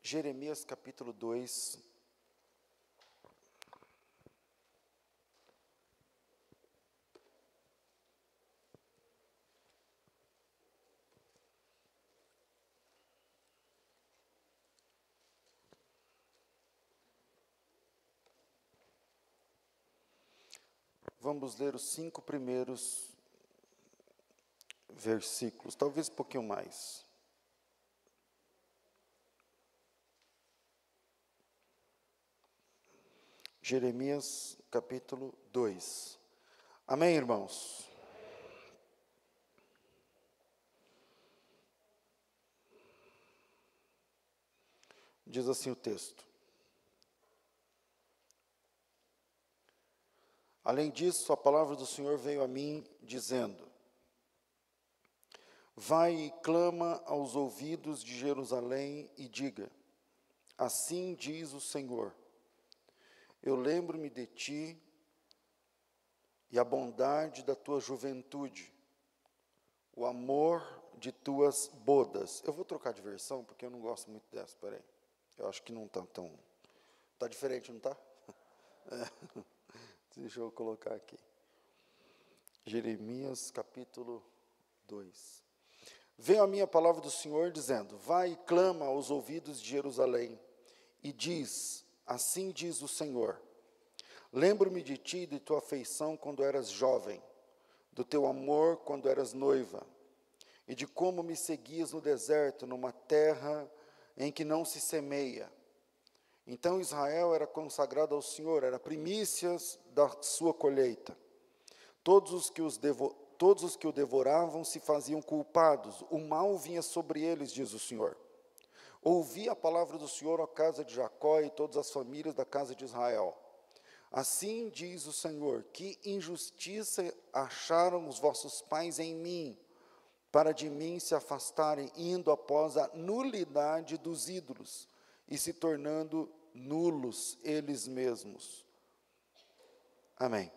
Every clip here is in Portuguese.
Jeremias capítulo 2. Vamos ler os 5 primeiros versículos, talvez um pouquinho mais. Jeremias capítulo 2. Amém, irmãos? Diz assim o texto. Além disso, a palavra do Senhor veio a mim, dizendo: Vai e clama aos ouvidos de Jerusalém e diga: Assim diz o Senhor, eu lembro-me de ti e a bondade da tua juventude, o amor de tuas bodas. Eu vou trocar de versão, porque eu não gosto muito dessa, peraí. Eu acho que não está tão... Está diferente, não está? É. Deixa eu colocar aqui. Jeremias capítulo 2. Veio a minha palavra do Senhor dizendo: Vai e clama aos ouvidos de Jerusalém e diz: Assim diz o Senhor, lembro-me de ti e de tua afeição quando eras jovem, do teu amor quando eras noiva, e de como me seguias no deserto, numa terra em que não se semeia. Então Israel era consagrado ao Senhor, era primícias da sua colheita. Todos os que o devoravam se faziam culpados, o mal vinha sobre eles, diz o Senhor. Ouvi a palavra do Senhor, ó casa de Jacó e todas as famílias da casa de Israel. Assim diz o Senhor, que injustiça acharam os vossos pais em mim, para de mim se afastarem, indo após a nulidade dos ídolos, e se tornando nulos eles mesmos. Amém.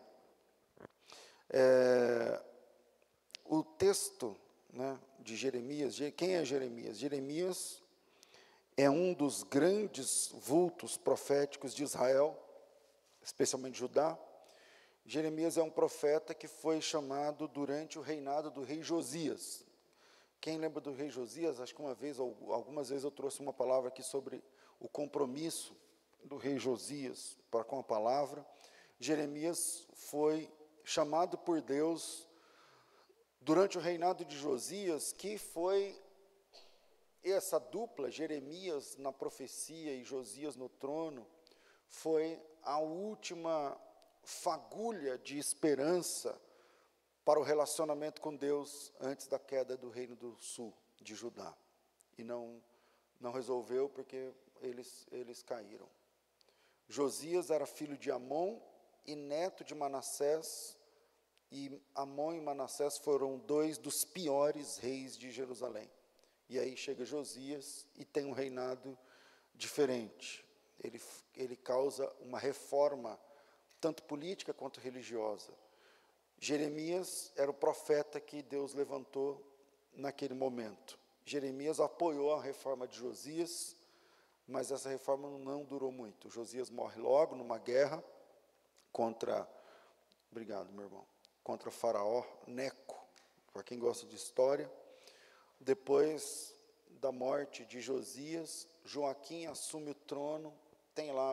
O texto, né, de Jeremias, quem é Jeremias? Jeremias é um dos grandes vultos proféticos de Israel, especialmente Judá. Jeremias é um profeta que foi chamado durante o reinado do rei Josias. Quem lembra do rei Josias? Acho que uma vez, ou algumas vezes eu trouxe uma palavra aqui sobre o compromisso do rei Josias para com a palavra. Jeremias foi chamado por Deus durante o reinado de Josias, que foi essa dupla, Jeremias na profecia e Josias no trono, foi a última fagulha de esperança para o relacionamento com Deus antes da queda do reino do sul, de Judá. E não resolveu porque eles caíram. Josias era filho de Amon e neto de Manassés, e Amon e Manassés foram dois dos piores reis de Jerusalém. E aí chega Josias e tem um reinado diferente. Ele causa uma reforma, tanto política quanto religiosa. Jeremias era o profeta que Deus levantou naquele momento. Jeremias apoiou a reforma de Josias, mas essa reforma não durou muito. Josias morre logo numa guerra contra, obrigado, meu irmão, contra Faraó Neco, para quem gosta de história. Depois da morte de Josias, Joaquim assume o trono, tem lá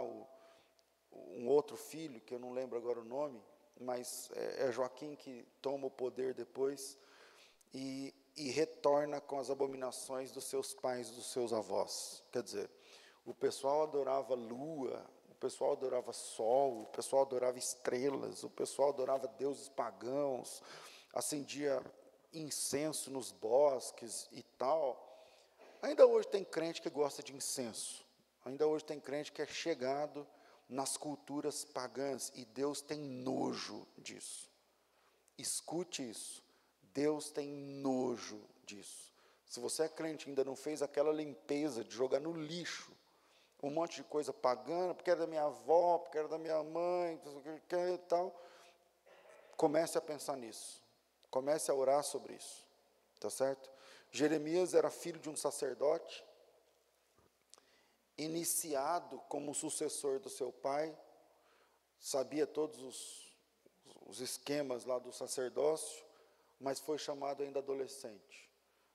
um outro filho, que eu não lembro agora o nome, mas é Joaquim que toma o poder depois, e retorna com as abominações dos seus pais, dos seus avós. Quer dizer, o pessoal adorava lua, o pessoal adorava sol, o pessoal adorava estrelas, o pessoal adorava deuses pagãos, acendia incenso nos bosques e tal. Ainda hoje tem crente que gosta de incenso, ainda hoje tem crente que é chegado nas culturas pagãs, e Deus tem nojo disso. Escute isso, Deus tem nojo disso. Se você é crente e ainda não fez aquela limpeza de jogar no lixo um monte de coisa pagana, porque era da minha avó, porque era da minha mãe, e tal, comece a pensar nisso, comece a orar sobre isso, tá certo? Jeremias era filho de um sacerdote, iniciado como sucessor do seu pai, sabia todos os esquemas lá do sacerdócio, mas foi chamado ainda adolescente.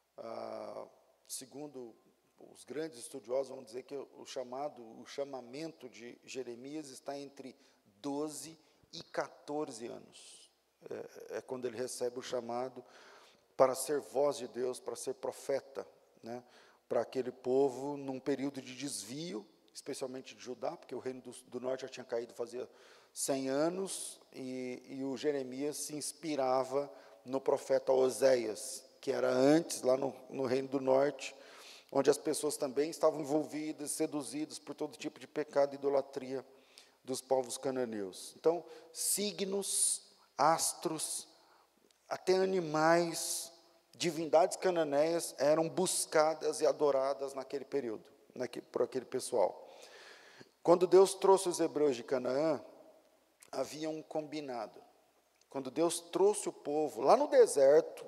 Segundo os grandes estudiosos, vão dizer que o chamamento de Jeremias está entre 12 e 14 anos. É quando ele recebe o chamado para ser voz de Deus, para ser profeta, né, para aquele povo num período de desvio, especialmente de Judá, porque o reino do norte já tinha caído fazia 100 anos, e o Jeremias se inspirava no profeta Oséias, que era antes, lá no reino do norte, onde as pessoas também estavam envolvidas, seduzidas por todo tipo de pecado e idolatria dos povos cananeus. Então, signos, astros, até animais, divindades cananeias eram buscadas e adoradas naquele período, por aquele pessoal. Quando Deus trouxe os hebreus de Canaã, havia um combinado. Quando Deus trouxe o povo lá no deserto,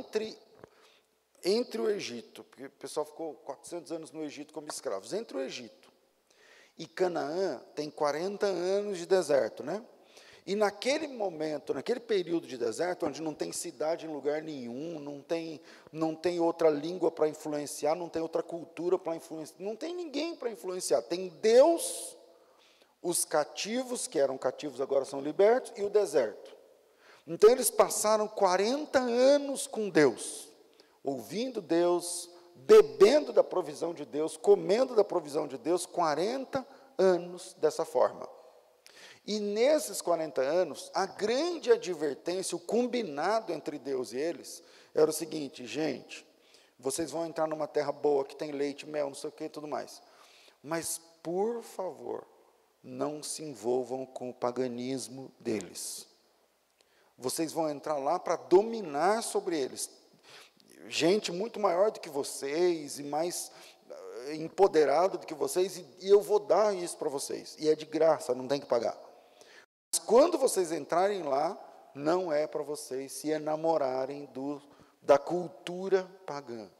entre o Egito, porque o pessoal ficou 400 anos no Egito como escravos, entre o Egito e Canaã, tem 40 anos de deserto, né? E naquele momento, naquele período de deserto, onde não tem cidade em lugar nenhum, não tem outra língua para influenciar, não tem outra cultura para influenciar, não tem ninguém para influenciar, tem Deus, os cativos, que eram cativos agora são libertos, e o deserto. Então eles passaram 40 anos com Deus, ouvindo Deus, bebendo da provisão de Deus, comendo da provisão de Deus, 40 anos dessa forma. E nesses 40 anos, a grande advertência, o combinado entre Deus e eles, era o seguinte: gente, vocês vão entrar numa terra boa, que tem leite, mel, não sei o que e tudo mais, mas, por favor, não se envolvam com o paganismo deles. Vocês vão entrar lá para dominar sobre eles. Gente muito maior do que vocês, e mais empoderado do que vocês, e eu vou dar isso para vocês. E é de graça, não tem que pagar. Mas quando vocês entrarem lá, não é para vocês se enamorarem da cultura pagã.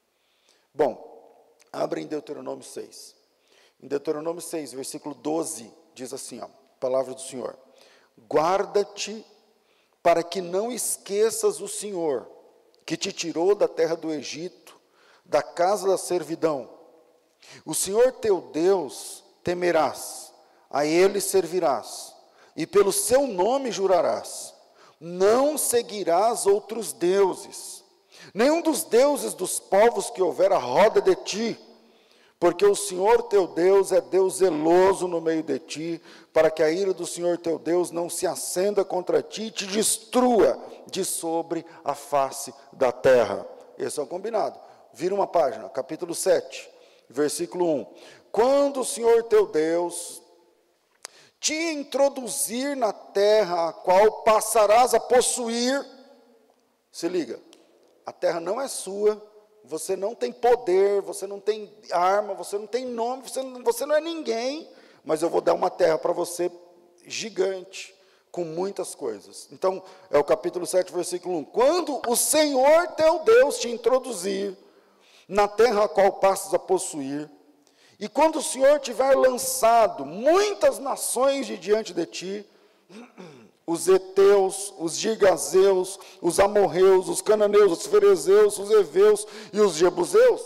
Bom, abrem Deuteronômio 6. Em Deuteronômio 6, versículo 12, diz assim, ó, palavra do Senhor: guarda-te para que não esqueças o Senhor, que te tirou da terra do Egito, da casa da servidão. O Senhor teu Deus temerás, a Ele servirás, e pelo seu nome jurarás. Não seguirás outros deuses, nenhum dos deuses dos povos que houver à roda de ti, porque o Senhor teu Deus é Deus zeloso no meio de ti, para que a ira do Senhor teu Deus não se acenda contra ti e te destrua de sobre a face da terra. Esse é o combinado. Vira uma página, capítulo 7, versículo 1. Quando o Senhor teu Deus te introduzir na terra a qual passarás a possuir, se liga, a terra não é sua, você não tem poder, você não tem arma, você não tem nome, você não é ninguém, mas eu vou dar uma terra para você gigante, com muitas coisas. Então, é o capítulo 7, versículo 1. Quando o Senhor teu Deus te introduzir na terra a qual passas a possuir, e quando o Senhor tiver lançado muitas nações de diante de ti, os heteus, os girgazeus, os amorreus, os cananeus, os ferezeus, os heveus e os jebuseus,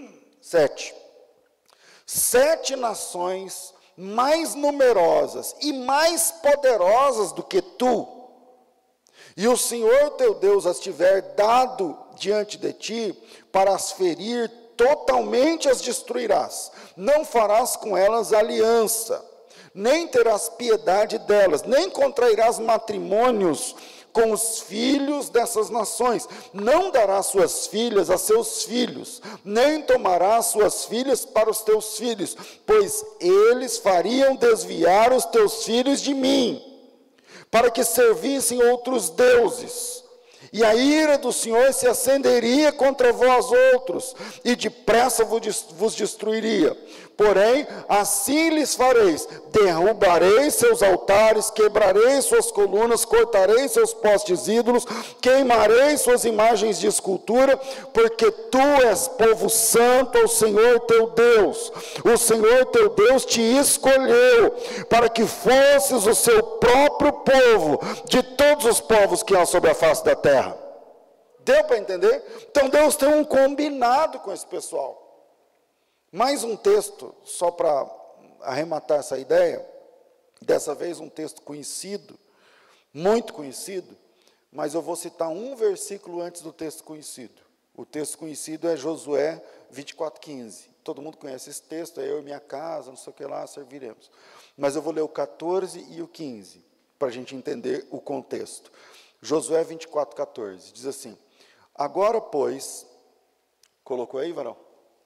7 nações mais numerosas e mais poderosas do que tu, e o Senhor teu Deus as tiver dado diante de ti, para as ferir, totalmente as destruirás, não farás com elas aliança, nem terás piedade delas, nem contrairás matrimônios com os filhos dessas nações, não darás suas filhas a seus filhos, nem tomarás suas filhas para os teus filhos, pois eles fariam desviar os teus filhos de mim, para que servissem outros deuses, e a ira do Senhor se acenderia contra vós outros, e depressa vos destruiria. Porém, assim lhes fareis: derrubareis seus altares, quebrareis suas colunas, cortareis seus postes ídolos, queimareis suas imagens de escultura, porque tu és povo santo ao Senhor teu Deus. O Senhor teu Deus te escolheu para que fosses o seu próprio povo, de todos os povos que há sobre a face da terra. Deu para entender? Então Deus tem um combinado com esse pessoal. Mais um texto, só para arrematar essa ideia, dessa vez um texto conhecido, muito conhecido, mas eu vou citar um versículo antes do texto conhecido. O texto conhecido é Josué 24:15. Todo mundo conhece esse texto, é eu e minha casa, não sei o que lá, serviremos. Mas eu vou ler o 14 e o 15, para a gente entender o contexto. Josué 24:14, diz assim: agora, pois, colocou aí, varão?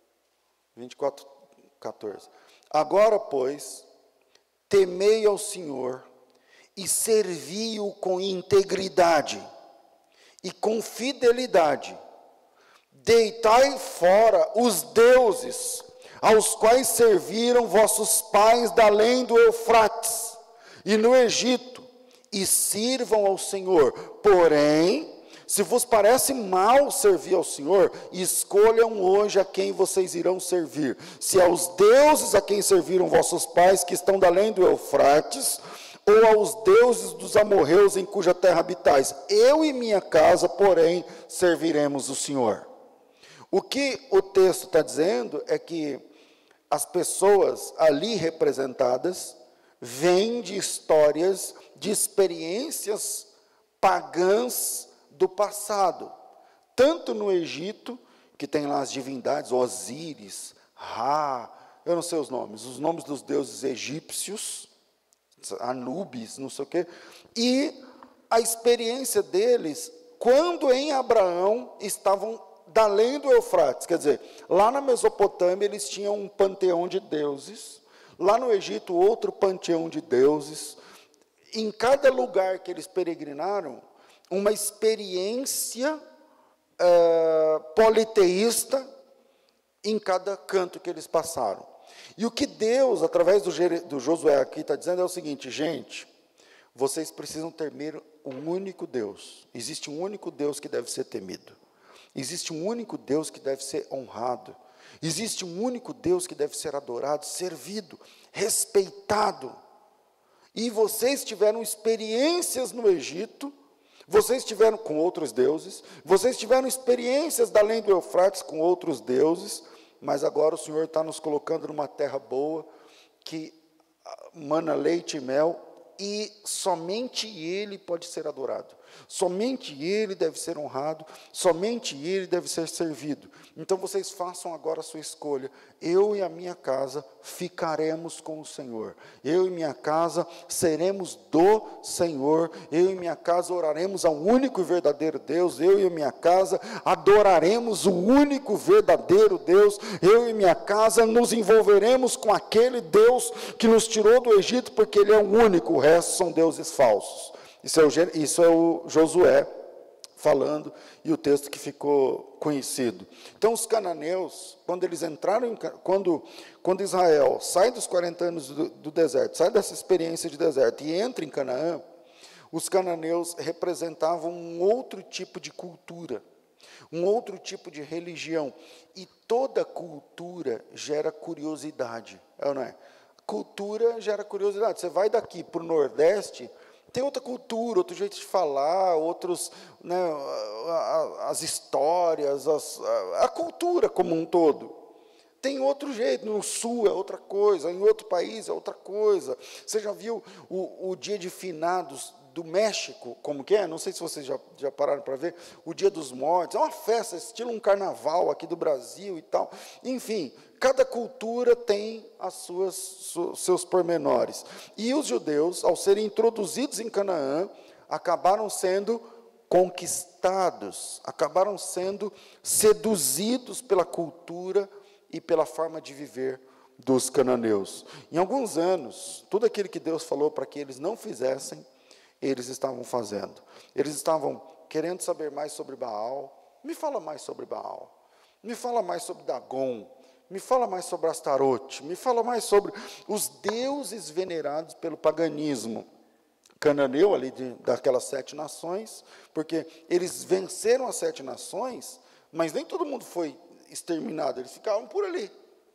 24:14. Agora, pois, temei ao Senhor e servi-o com integridade e com fidelidade. Deitai fora os deuses aos quais serviram vossos pais da além do Eufrates e no Egito, e sirvam ao Senhor. Porém, se vos parece mal servir ao Senhor, escolham hoje a quem vocês irão servir. Se aos deuses a quem serviram vossos pais, que estão da além do Eufrates, ou aos deuses dos amorreus em cuja terra habitais. Eu e minha casa, porém, serviremos o Senhor. O que o texto está dizendo é que as pessoas ali representadas vêm de histórias, de experiências pagãs do passado, tanto no Egito, que tem lá as divindades, Osíris, Ra, eu não sei os nomes dos deuses egípcios, Anubis, não sei o quê, e a experiência deles, quando em Abraão estavam da além do Eufrates, quer dizer, lá na Mesopotâmia eles tinham um panteão de deuses, lá no Egito outro panteão de deuses, em cada lugar que eles peregrinaram, uma experiência politeísta em cada canto que eles passaram. E o que Deus, através do Josué aqui, está dizendo é o seguinte: gente, vocês precisam temer um único Deus. Existe um único Deus que deve ser temido. Existe um único Deus que deve ser honrado. Existe um único Deus que deve ser adorado, servido, respeitado. E vocês tiveram experiências no Egito, vocês tiveram com outros deuses, vocês tiveram experiências da além do Eufrates com outros deuses, mas agora o Senhor está nos colocando numa terra boa, que mana leite e mel, e somente Ele pode ser adorado, somente Ele deve ser honrado, somente Ele deve ser servido. Então vocês façam agora a sua escolha. Eu e a minha casa ficaremos com o Senhor, eu e minha casa seremos do Senhor, eu e minha casa oraremos ao único e verdadeiro Deus, eu e minha casa adoraremos o único verdadeiro Deus, eu e minha casa nos envolveremos com aquele Deus que nos tirou do Egito, porque Ele é o único, o resto são deuses falsos. Isso é o Josué falando, e o texto que ficou conhecido. Então, os cananeus, quando eles entraram, quando Israel sai dos 40 anos do deserto, sai dessa experiência de deserto e entra em Canaã, os cananeus representavam um outro tipo de cultura, um outro tipo de religião, e toda cultura gera curiosidade, não é? Cultura gera curiosidade. Você vai daqui para o Nordeste, tem outra cultura, outro jeito de falar, outros, né, as histórias, a cultura como um todo. Tem outro jeito, no Sul é outra coisa, em outro país é outra coisa. Você já viu o dia de finados do México, como que é? Não sei se vocês já pararam para ver. O Dia dos Mortos, é uma festa, estilo um carnaval aqui do Brasil e tal. Enfim, cada cultura tem seus pormenores. E os judeus, ao serem introduzidos em Canaã, acabaram sendo conquistados, acabaram sendo seduzidos pela cultura e pela forma de viver dos cananeus. Em alguns anos, tudo aquilo que Deus falou para que eles não fizessem, eles estavam fazendo. Eles estavam querendo saber mais sobre Baal. Me fala mais sobre Baal. Me fala mais sobre Dagon. Me fala mais sobre Astarote. Me fala mais sobre os deuses venerados pelo paganismo cananeu, ali daquelas 7 nações, porque eles venceram as 7 nações, mas nem todo mundo foi exterminado, eles ficaram por ali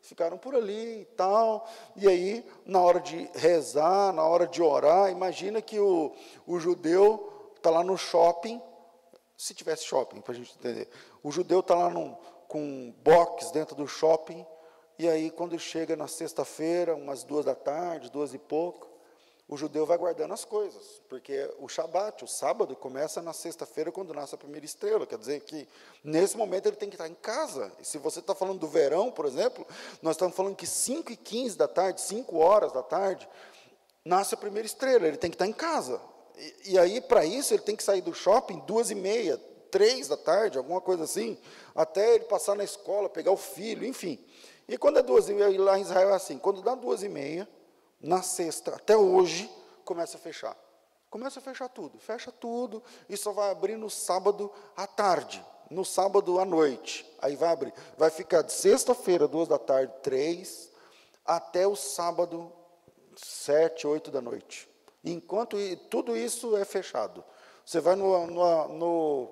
e tal, e aí, na hora de rezar, na hora de orar, imagina que o judeu está lá no shopping, se tivesse shopping, para a gente entender, o judeu está lá com um box dentro do shopping, e aí, quando chega na sexta-feira, umas 2 da tarde, 2 e pouco, o judeu vai guardando as coisas, porque o Shabat, o sábado, começa na sexta-feira, quando nasce a primeira estrela, quer dizer que, nesse momento, ele tem que estar em casa. E se você está falando do verão, por exemplo, nós estamos falando que 5h15 da tarde, 5 horas da tarde, nasce a primeira estrela, ele tem que estar em casa. E aí, para isso, ele tem que sair do shopping 2h30, 3 da tarde, alguma coisa assim, até ele passar na escola, pegar o filho, enfim. E quando é 2h30, lá em Israel é assim, quando dá 2h30, na sexta, até hoje, começa a fechar. Começa a fechar tudo, fecha tudo, e só vai abrir no sábado à tarde, no sábado à noite. Aí vai abrir, vai ficar de sexta-feira, 2 da tarde, 3, até o sábado, 7, 8 da noite. Enquanto tudo isso é fechado. Você vai no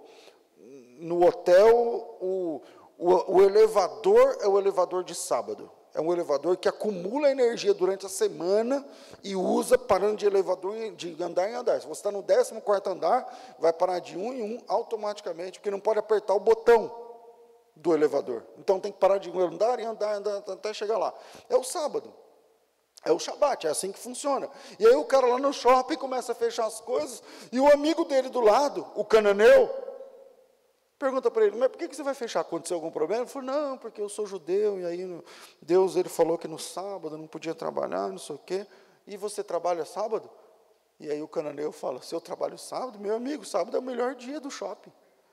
hotel, o elevador é o elevador de sábado. É um elevador que acumula energia durante a semana e usa parando de elevador, de andar em andar. Se você está no 14º andar, vai parar de 1 em 1 automaticamente, porque não pode apertar o botão do elevador. Então, tem que parar de andar e andar até chegar lá. É o sábado. É o Shabat, é assim que funciona. E aí o cara lá no shopping começa a fechar as coisas, e o amigo dele do lado, o cananeu, pergunta para ele, mas por que você vai fechar? Aconteceu algum problema? Ele falou, não, porque eu sou judeu, e aí Deus ele falou que no sábado não podia trabalhar, não sei o quê, e você trabalha sábado? E aí o cananeu fala, se eu trabalho sábado, meu amigo, sábado é o melhor dia do shopping.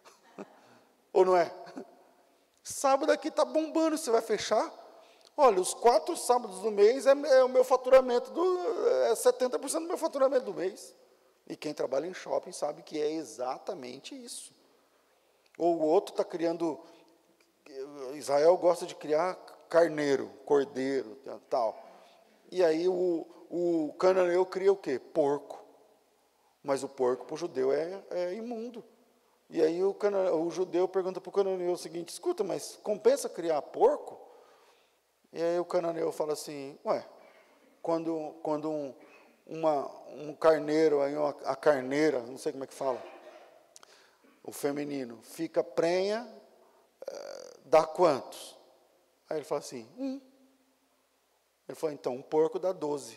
Ou não é? Sábado aqui está bombando, você vai fechar? Olha, os 4 sábados do mês é o meu faturamento, é 70% do meu faturamento do mês. E quem trabalha em shopping sabe que é exatamente isso. Ou o outro está criando, Israel gosta de criar carneiro, cordeiro, tal. E aí o cananeu cria o quê? Porco. Mas o porco para o judeu é imundo. E aí o judeu pergunta para o cananeu o seguinte, escuta, mas compensa criar porco? E aí o cananeu fala assim, ué, quando um carneiro, aí a carneira, não sei como é que fala, o feminino, fica prenha, dá quantos? Aí ele fala assim, 1. Ele falou, então, um porco dá 12.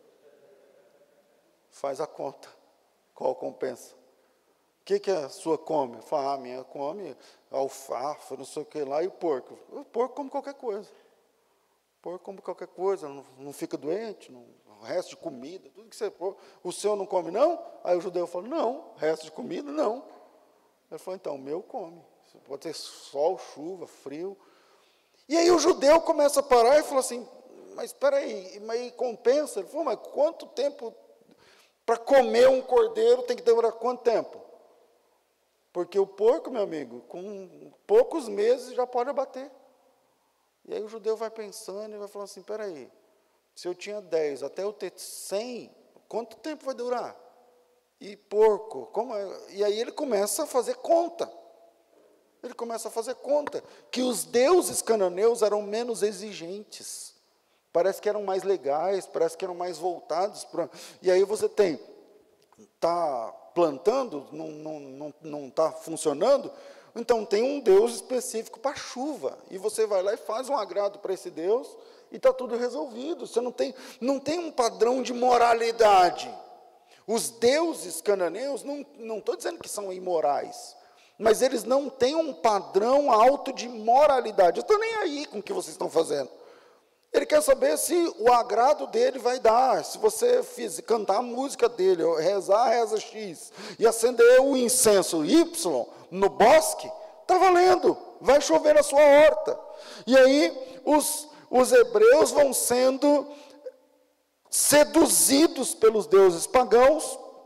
Faz a conta. Qual compensa? O que a sua come? Ele fala, a minha come alfafa, não sei o que lá, e o porco? O porco come qualquer coisa. O porco come qualquer coisa, não fica doente, o resto de comida, tudo que você pôr. O seu não come, não? Aí o judeu fala, não, resto de comida, não. Ele falou, então, o meu come. Pode ter sol, chuva, frio. E aí o judeu começa a parar e fala assim, mas espera aí, mas compensa? Ele falou, mas quanto tempo para comer um cordeiro tem que demorar quanto tempo? Porque o porco, meu amigo, com poucos meses já pode abater. E aí o judeu vai pensando e vai falando assim, espera aí, se eu tinha 10, até eu ter 100, quanto tempo vai durar? E porco, como é? E aí ele começa a fazer conta. Ele começa a fazer conta que os deuses cananeus eram menos exigentes. Parece que eram mais legais, parece que eram mais voltados para... E aí você está plantando, não está funcionando, então tem um Deus específico para a chuva. E você vai lá e faz um agrado para esse Deus e está tudo resolvido. Você não tem um padrão de moralidade. Os deuses cananeus, não estou dizendo que são imorais, mas eles não têm um padrão alto de moralidade. Eu estou nem aí com o que vocês estão fazendo. Ele quer saber se o agrado dele vai dar, se você cantar a música dele, rezar a reza X, e acender o incenso Y no bosque, está valendo, vai chover na sua horta. E aí os hebreus vão sendo seduzidos pelos deuses pagãos,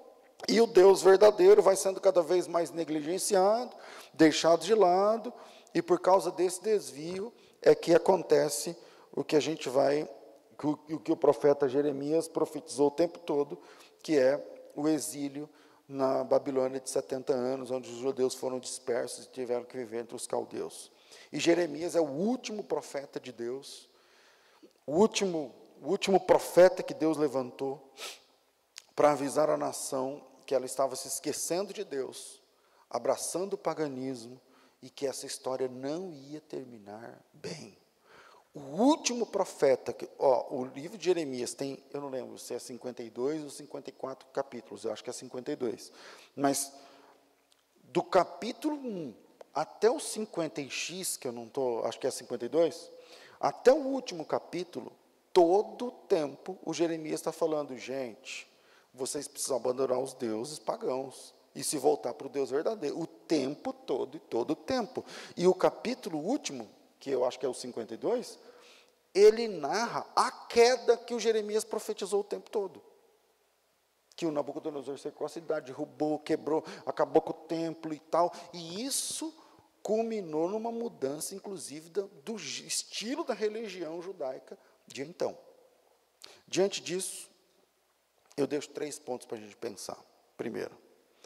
E o Deus verdadeiro vai sendo cada vez mais negligenciado, deixado de lado, e por causa desse desvio é que acontece o que a gente vai, o que o profeta Jeremias profetizou o tempo todo, que é o exílio na Babilônia de 70 anos, onde os judeus foram dispersos e tiveram que viver entre os caldeus. E Jeremias é o último profeta de Deus, o último profeta que Deus levantou para avisar a nação que ela estava se esquecendo de Deus, abraçando o paganismo, e que essa história não ia terminar bem. O último profeta, o livro de Jeremias tem, eu não lembro se é 52 ou 54 capítulos, eu acho que é 52, mas do capítulo 1 até o 50x, que eu não estou, acho que é 52, até o último capítulo, todo o tempo o Jeremias está falando, gente, vocês precisam abandonar os deuses pagãos e se voltar para o Deus verdadeiro, o tempo todo e todo o tempo. E o capítulo último, que eu acho que é o 52, ele narra a queda que o Jeremias profetizou o tempo todo. Que o Nabucodonosor cercou a cidade, derrubou, quebrou, acabou com o templo e tal. E isso culminou numa mudança, inclusive, do estilo da religião judaica de então. Diante disso, eu deixo 3 pontos para a gente pensar. Primeiro,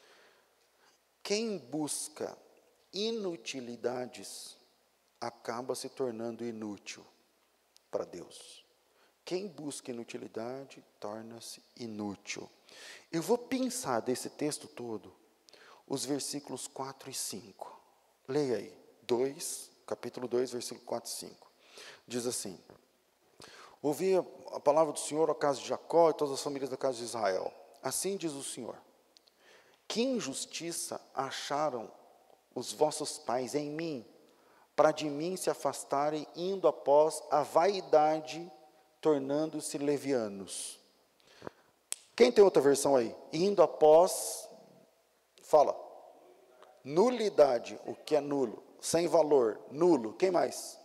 quem busca inutilidades acaba se tornando inútil para Deus. Quem busca inutilidade torna-se inútil. Eu vou pensar desse texto todo, os versículos 4 e 5. Leia aí, capítulo 2, versículo 4 e 5. Diz assim: ouvi a palavra do Senhor, ó casa de Jacó e todas as famílias da casa de Israel. Assim diz o Senhor: que injustiça acharam os vossos pais em mim, para de mim se afastarem, indo após a vaidade, tornando-se levianos. Quem tem outra versão aí? Indo após, fala, nulidade, o que é nulo, sem valor, nulo. Quem mais?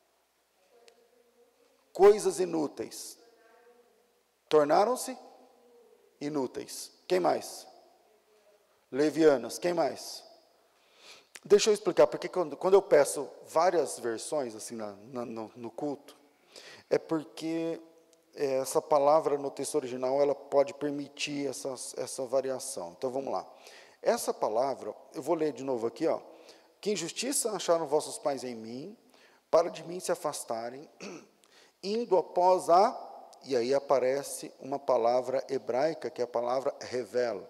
Coisas inúteis. Tornaram-se inúteis. Quem mais? Levianas. Quem mais? Deixa eu explicar, porque quando eu peço várias versões assim no culto, é porque essa palavra no texto original ela pode permitir essa variação. Então vamos lá. Essa palavra, eu vou ler de novo aqui, ó. Que injustiça acharam vossos pais em mim, para de mim se afastarem, indo após e aí aparece uma palavra hebraica, que é a palavra revel,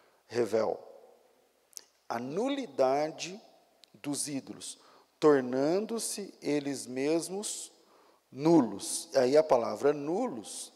a nulidade dos ídolos, tornando-se eles mesmos nulos. Aí a palavra nulos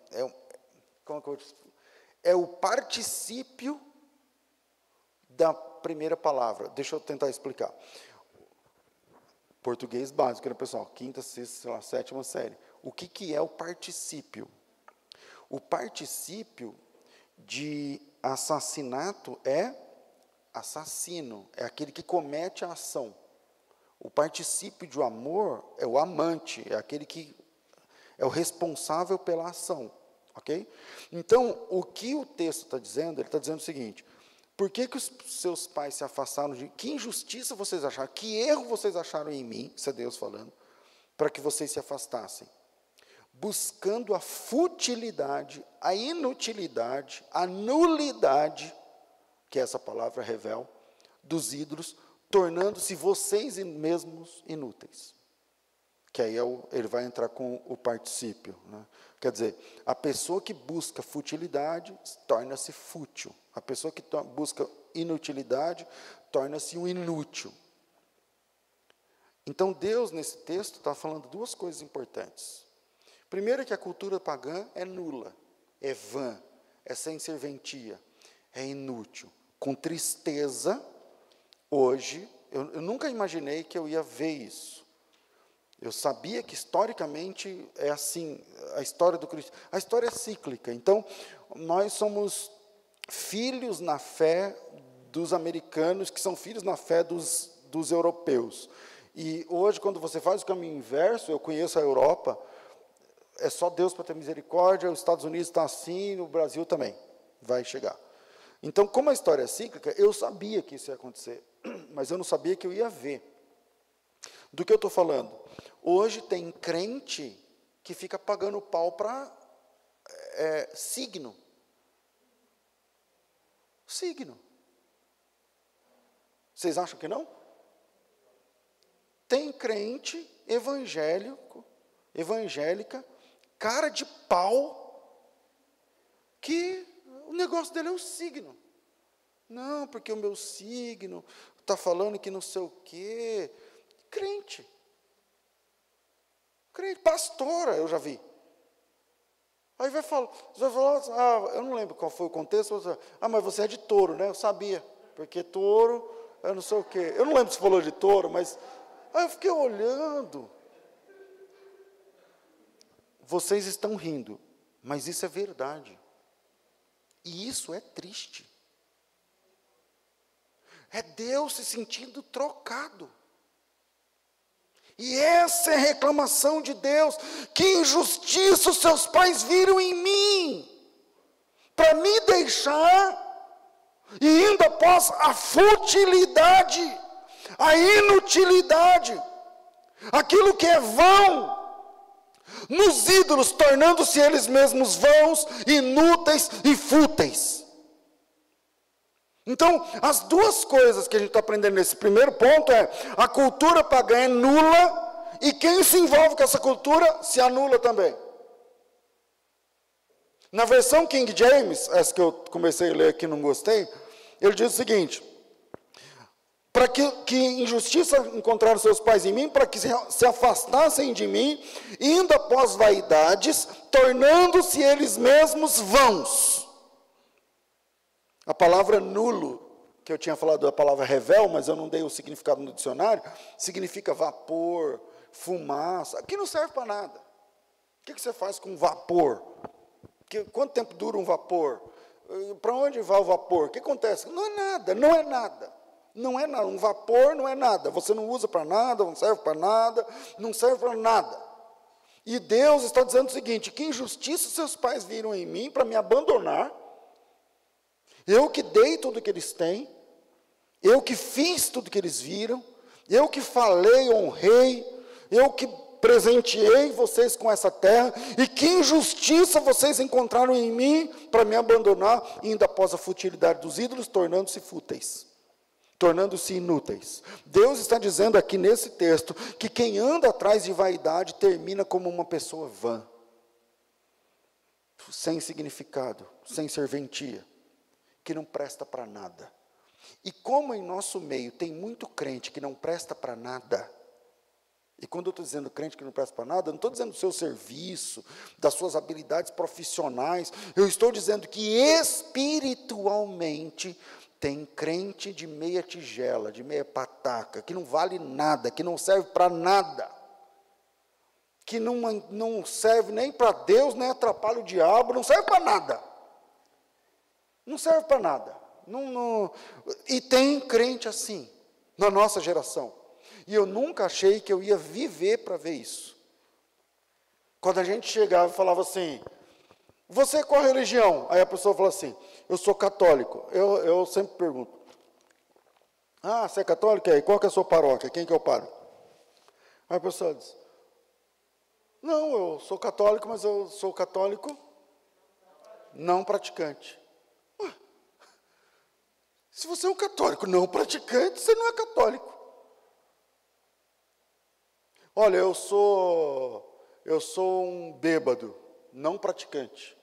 é o particípio da primeira palavra. Deixa eu tentar explicar. Português básico, né, pessoal? 5ª, 6ª, 7ª série. O que é o particípio? O particípio de assassinato é assassino, é aquele que comete a ação. O particípio de amor é o amante, é aquele que é o responsável pela ação, ok? Então, o que o texto está dizendo? Ele está dizendo o seguinte: por que os seus pais se afastaram de... Que injustiça vocês acharam? Que erro vocês acharam em mim? Isso é Deus falando. Para que vocês se afastassem. Buscando a futilidade, a inutilidade, a nulidade, que é essa palavra revel, dos ídolos, tornando-se vocês mesmos inúteis. Que aí ele vai entrar com o particípio, né? Quer dizer, a pessoa que busca futilidade torna-se fútil. A pessoa que busca inutilidade torna-se um inútil. Então, Deus, nesse texto, está falando 2 coisas importantes. Primeiro é que a cultura pagã é nula, é vã, é sem serventia, é inútil. Com tristeza, hoje, eu nunca imaginei que eu ia ver isso. Eu sabia que, historicamente, é assim, a história do Cristo. A história é cíclica. Então, nós somos filhos na fé dos americanos, que são filhos na fé dos europeus. E hoje, quando você faz o caminho inverso, eu conheço a Europa, é só Deus para ter misericórdia, os Estados Unidos está assim, o Brasil também vai chegar. Então, como a história é cíclica, eu sabia que isso ia acontecer, mas eu não sabia que eu ia ver. Do que eu estou falando? Hoje tem crente que fica pagando pau para signo. Signo. Vocês acham que não? Tem crente evangélica, cara de pau, que o negócio dele é o signo. Não, porque o meu signo está falando que não sei o quê. Crente. Crente, pastora, eu já vi. Aí você vai falar, eu não lembro qual foi o contexto, mas você é de touro, né? Eu sabia, porque touro, eu não sei o quê. Eu não lembro se falou de touro, mas aí eu fiquei olhando. Vocês estão rindo, mas isso é verdade. E isso é triste. É Deus se sentindo trocado. E essa é a reclamação de Deus. Que injustiça os seus pais viram em mim, para me deixar, e ainda após a futilidade, a inutilidade, aquilo que é vão, nos ídolos, tornando-se eles mesmos vãos, inúteis e fúteis. Então, as duas coisas que a gente está aprendendo nesse primeiro ponto é: a cultura pagã é nula, e quem se envolve com essa cultura se anula também. Na versão King James, essa que eu comecei a ler aqui e não gostei, ele diz o seguinte: para que injustiça encontraram seus pais em mim, para que se afastassem de mim, indo após vaidades, tornando-se eles mesmos vãos. A palavra nulo, que eu tinha falado da palavra revel, mas eu não dei o significado no dicionário, significa vapor, fumaça, que não serve para nada. O que você faz com vapor? Quanto tempo dura um vapor? Para onde vai o vapor? O que acontece? Não é nada, não é nada. Não é nada, um vapor não é nada. Você não usa para nada, não serve para nada, não serve para nada. E Deus está dizendo o seguinte: que injustiça seus pais viram em mim para me abandonar. Eu que dei tudo que eles têm, eu que fiz tudo que eles viram, eu que falei, honrei, eu que presenteei vocês com essa terra, e que injustiça vocês encontraram em mim para me abandonar, ainda após a futilidade dos ídolos, tornando-se fúteis, tornando-se inúteis. Deus está dizendo aqui nesse texto, que quem anda atrás de vaidade, termina como uma pessoa vã, sem significado, sem serventia, que não presta para nada. E como em nosso meio tem muito crente que não presta para nada, e quando eu estou dizendo crente que não presta para nada, eu não estou dizendo do seu serviço, das suas habilidades profissionais, eu estou dizendo que espiritualmente tem crente de meia tigela, de meia pataca, que não vale nada, que não serve para nada, que não serve nem para Deus, nem atrapalha o diabo, não serve para nada. Não serve para nada. E tem crente assim, na nossa geração. E eu nunca achei que eu ia viver para ver isso. Quando a gente chegava e falava assim: você qual religião? Aí a pessoa fala assim: eu sou católico. Eu sempre pergunto: ah, você é católico? E qual que é a sua paróquia? Quem que é o padre? Aí a pessoa diz: não, eu sou católico, mas eu sou católico não praticante. Se você é um católico não praticante, você não é católico. Olha, eu sou um bêbado não praticante.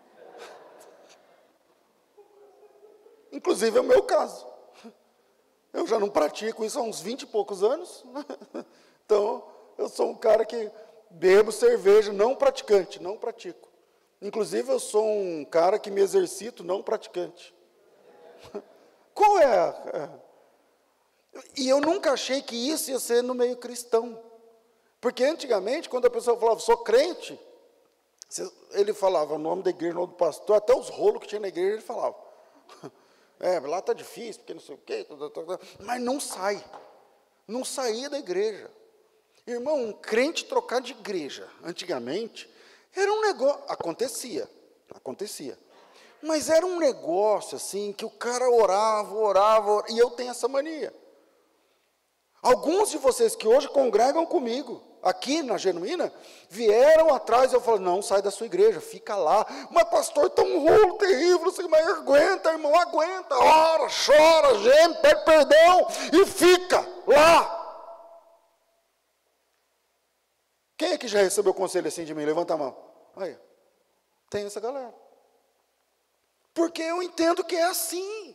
Inclusive é o meu caso. Eu já não pratico isso há uns 20 e poucos anos. Então, eu sou um cara que bebo cerveja não praticante, não pratico. Inclusive, eu sou um cara que me exercito não praticante. Qual é? E eu nunca achei que isso ia ser no meio cristão. Porque antigamente, quando a pessoa falava, sou crente, ele falava o nome da igreja, o nome do pastor, até os rolos que tinha na igreja ele falava. Lá está difícil, porque não sei o quê, mas não sai. Não saía da igreja. Irmão, um crente trocar de igreja, antigamente, era um negócio, acontecia. Mas era um negócio assim, que o cara orava, e eu tenho essa mania. Alguns de vocês que hoje congregam comigo, aqui na Genuína, vieram atrás, eu falo, não, sai da sua igreja, fica lá. Mas pastor, está um rolo terrível, assim, mas aguenta, irmão, aguenta, ora, chora, geme, pede perdão, e fica lá. Quem é que já recebeu conselho assim de mim? Levanta a mão. Aí, tem essa galera. Porque eu entendo que é assim.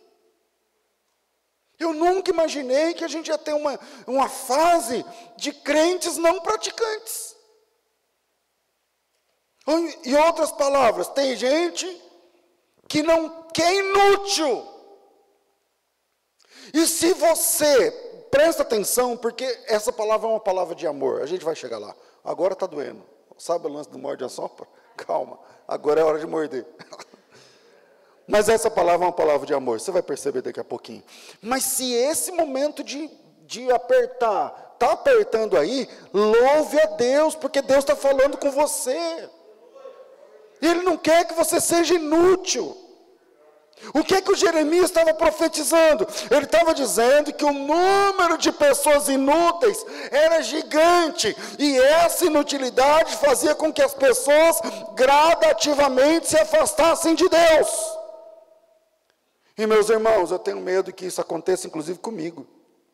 Eu nunca imaginei que a gente ia ter uma fase de crentes não praticantes. Em outras palavras, tem gente que é inútil. E se você, presta atenção, porque essa palavra é uma palavra de amor, a gente vai chegar lá. Agora está doendo. Sabe o lance do morde a sopra? Calma, agora é hora de morder. Mas essa palavra é uma palavra de amor, você vai perceber daqui a pouquinho. Mas se esse momento de apertar, está apertando aí, louve a Deus, porque Deus está falando com você. Ele não quer que você seja inútil. O que o Jeremias estava profetizando? Ele estava dizendo que o número de pessoas inúteis era gigante, e essa inutilidade fazia com que as pessoas gradativamente se afastassem de Deus. E meus irmãos, eu tenho medo que isso aconteça inclusive comigo.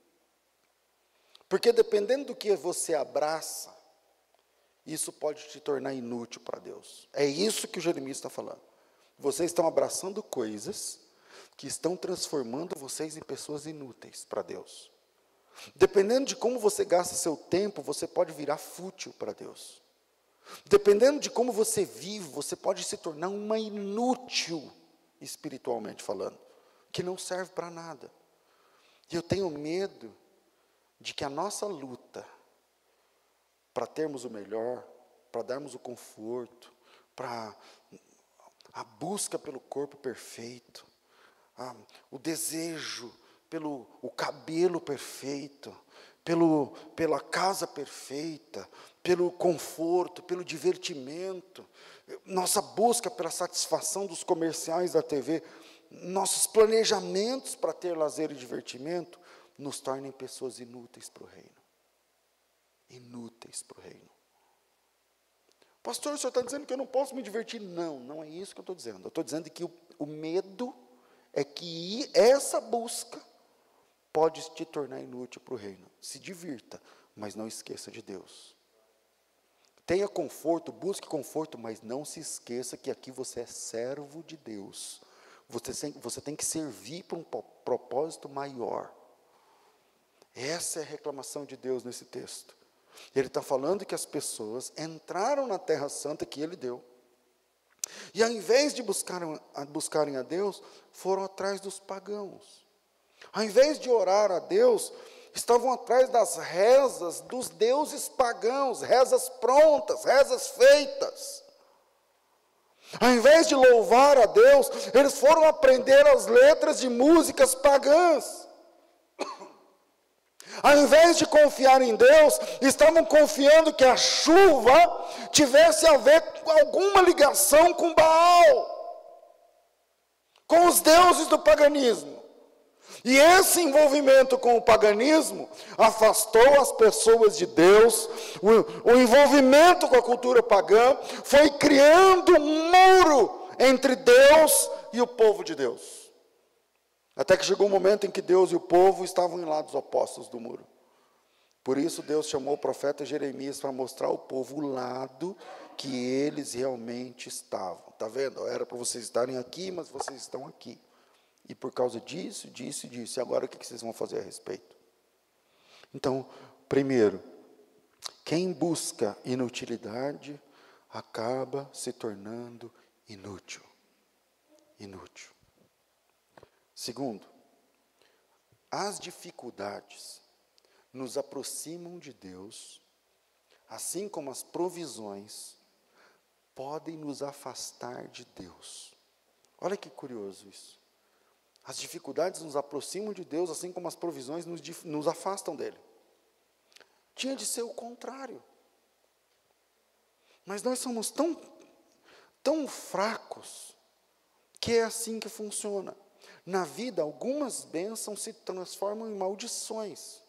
Porque dependendo do que você abraça, isso pode te tornar inútil para Deus. É isso que o Jeremias está falando. Vocês estão abraçando coisas que estão transformando vocês em pessoas inúteis para Deus. Dependendo de como você gasta seu tempo, você pode virar fútil para Deus. Dependendo de como você vive, você pode se tornar uma inútil, espiritualmente falando, que não serve para nada. E eu tenho medo de que a nossa luta para termos o melhor, para darmos o conforto, para a busca pelo corpo perfeito, o desejo pelo o cabelo perfeito, pela casa perfeita, pelo conforto, pelo divertimento, nossa busca pela satisfação dos comerciais da TV, nossos planejamentos para ter lazer e divertimento, nos tornem pessoas inúteis para o reino. Inúteis para o reino. Pastor, o senhor está dizendo que eu não posso me divertir? Não, não é isso que eu estou dizendo. Eu estou dizendo que o medo é que essa busca pode te tornar inútil para o reino. Se divirta, mas não esqueça de Deus. Tenha conforto, busque conforto, mas não se esqueça que aqui você é servo de Deus. Você tem que servir para um propósito maior. Essa é a reclamação de Deus nesse texto. Ele está falando que as pessoas entraram na terra santa que ele deu. E ao invés de buscarem a Deus, foram atrás dos pagãos. Ao invés de orar a Deus, estavam atrás das rezas dos deuses pagãos, rezas prontas, rezas feitas. Ao invés de louvar a Deus, eles foram aprender as letras de músicas pagãs. Ao invés de confiar em Deus, estavam confiando que a chuva tivesse a ver com alguma ligação com Baal, com os deuses do paganismo. E esse envolvimento com o paganismo afastou as pessoas de Deus. O envolvimento com a cultura pagã foi criando um muro entre Deus e o povo de Deus. Até que chegou um momento em que Deus e o povo estavam em lados opostos do muro. Por isso Deus chamou o profeta Jeremias para mostrar ao povo o lado que eles realmente estavam. Está vendo? Era para vocês estarem aqui, mas vocês estão aqui. E por causa disso, disso e disso. E agora o que vocês vão fazer a respeito? Então, primeiro, quem busca inutilidade acaba se tornando inútil. Inútil. Segundo, as dificuldades nos aproximam de Deus, assim como as provisões podem nos afastar de Deus. Olha que curioso isso. As dificuldades nos aproximam de Deus, assim como as provisões nos afastam dele. Tinha de ser o contrário. Mas nós somos tão fracos, Porque é assim que funciona. Na vida, algumas bênçãos se transformam em maldições.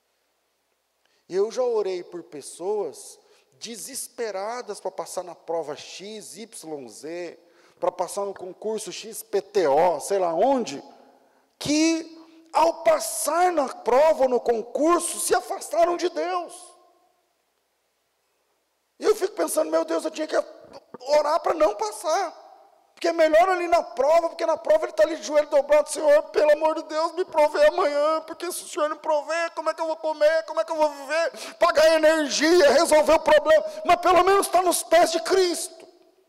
Eu já orei por pessoas desesperadas para passar na prova X, Y, Z, para passar no concurso XPTO, sei lá onde, que ao passar na prova ou no concurso, se afastaram de Deus. E eu fico pensando, meu Deus, eu tinha que orar para não passar. Porque é melhor ali na prova, porque na prova ele está ali de joelho dobrado, Senhor, pelo amor de Deus, me provê amanhã, porque se o Senhor não prover, como é que eu vou comer, como é que eu vou viver, pagar energia, resolver o problema, mas pelo menos está nos pés de Cristo.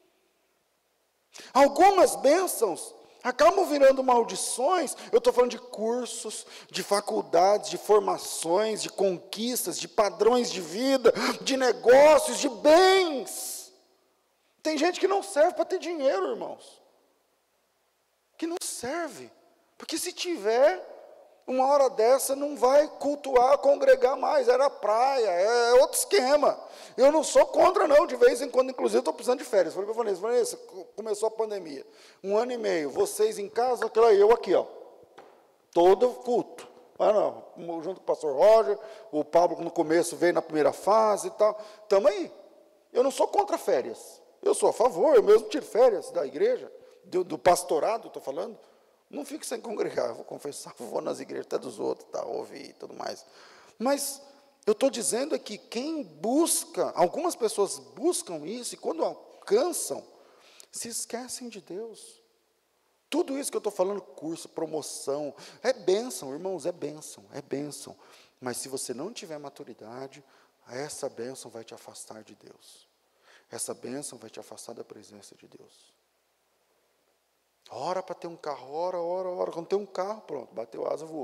Algumas bênçãos acabam virando maldições. Eu estou falando de cursos, de faculdades, de formações, de conquistas, de padrões de vida, de negócios, de bens. Tem gente que não serve para ter dinheiro, irmãos. Que não serve. Porque se tiver, uma hora dessa não vai cultuar, congregar mais. Era praia, é outro esquema. Eu não sou contra, não. De vez em quando, inclusive, estou precisando de férias. Falei para a Vanessa, começou a pandemia. 1 ano e meio, vocês em casa, eu aqui, ó. Todo culto. Ah, não, junto com o pastor Roger, o Pablo no começo veio na primeira fase e tal. Estamos aí. Eu não sou contra férias. Eu sou a favor, eu mesmo tiro férias da igreja, do pastorado, estou falando. Não fico sem congregar, eu vou confessar, vou nas igrejas até dos outros, tá, ouvir e tudo mais. Mas eu estou dizendo que quem busca, algumas pessoas buscam isso, e quando alcançam, se esquecem de Deus. Tudo isso que eu estou falando, curso, promoção, é bênção, irmãos, é bênção, é bênção. Mas se você não tiver maturidade, essa bênção vai te afastar de Deus. Essa bênção vai te afastar da presença de Deus. Ora para ter um carro, ora. Quando tem um carro, pronto, bateu asa, voou.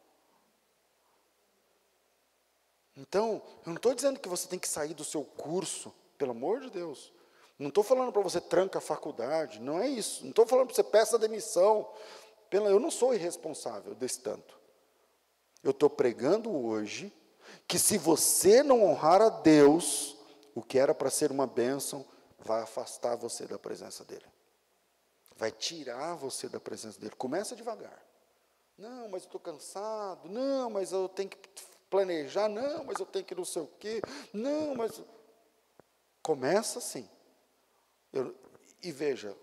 Então, eu não estou dizendo que você tem que sair do seu curso, pelo amor de Deus. Não estou falando para você tranca a faculdade, não é isso. Não estou falando para você peça demissão. Eu não sou irresponsável desse tanto. Eu estou pregando hoje que se você não honrar a Deus, o que era para ser uma bênção, vai afastar você da presença dEle. Vai tirar você da presença dEle. Começa devagar. Não, mas eu estou cansado. Não, mas eu tenho que planejar. Não, mas eu tenho que não sei o quê. Não, mas... Começa assim. E veja,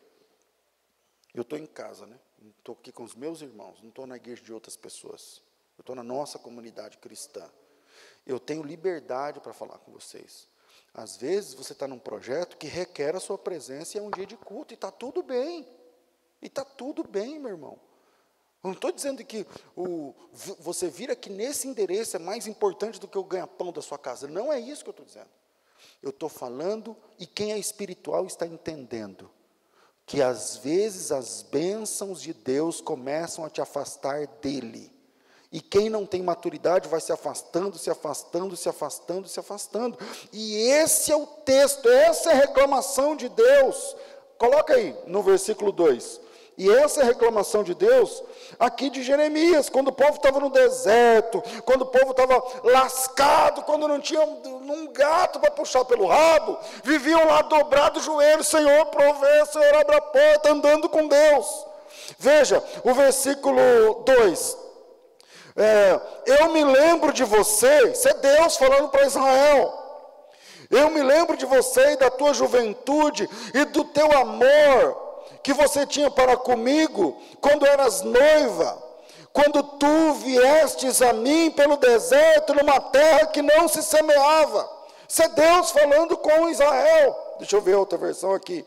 eu estou em casa, né? Estou aqui com os meus irmãos, não estou na igreja de outras pessoas. Eu estou na nossa comunidade cristã. Eu tenho liberdade para falar com vocês. Às vezes você está num projeto que requer a sua presença e é um dia de culto, e está tudo bem. E está tudo bem, meu irmão. Eu não estou dizendo que você vir aqui nesse endereço é mais importante do que o ganha-pão da sua casa. Não é isso que eu estou dizendo. Eu estou falando, e quem é espiritual está entendendo, que às vezes as bênçãos de Deus começam a te afastar dEle. E quem não tem maturidade vai se afastando, se afastando, se afastando, se afastando. E esse é o texto, essa é a reclamação de Deus. Coloca aí, no versículo 2. E essa é a reclamação de Deus, aqui de Jeremias, quando o povo estava no deserto, quando o povo estava lascado, quando não tinha um gato para puxar pelo rabo, viviam lá dobrados os joelhos, Senhor, provê, Senhor, abre a porta, andando com Deus. Veja, o versículo 2. Eu me lembro de você, isso é Deus falando para Israel. Eu me lembro de você e da tua juventude e do teu amor que você tinha para comigo quando eras noiva, quando tu viestes a mim pelo deserto, numa terra que não se semeava. Isso é Deus falando com Israel. Deixa eu ver outra versão aqui.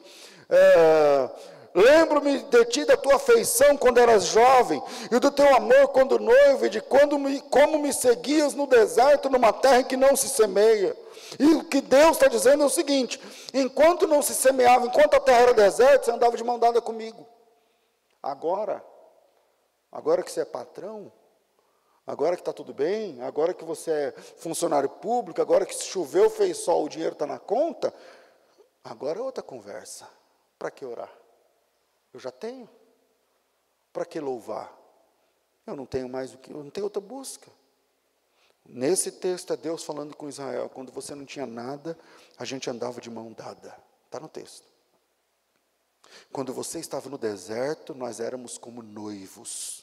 Lembro-me de ti, da tua afeição quando eras jovem, e do teu amor quando noivo, e de como me seguias no deserto, numa terra que não se semeia. E o que Deus está dizendo é o seguinte: enquanto não se semeava, enquanto a terra era deserta, você andava de mão dada comigo. Agora que você é patrão, agora que está tudo bem, agora que você é funcionário público, agora que se choveu, fez sol, o dinheiro está na conta, agora é outra conversa. Para que orar? Eu já tenho. Para que louvar? Eu não tenho mais o que, eu não tenho outra busca. Nesse texto é Deus falando com Israel, quando você não tinha nada, a gente andava de mão dada. Está no texto. Quando você estava no deserto, nós éramos como noivos.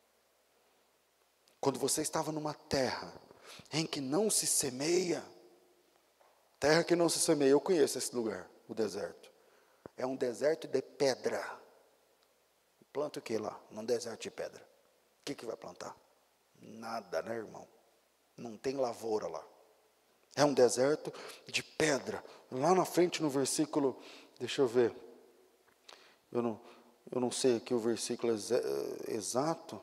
Quando você estava numa terra em que não se semeia, terra que não se semeia, eu conheço esse lugar, o deserto. É um deserto de pedra. Planta o que lá? Num deserto de pedra. O que vai plantar? Nada, né, irmão? Não tem lavoura lá. É um deserto de pedra. Lá na frente, no versículo, deixa eu ver. Eu não sei aqui o versículo exato.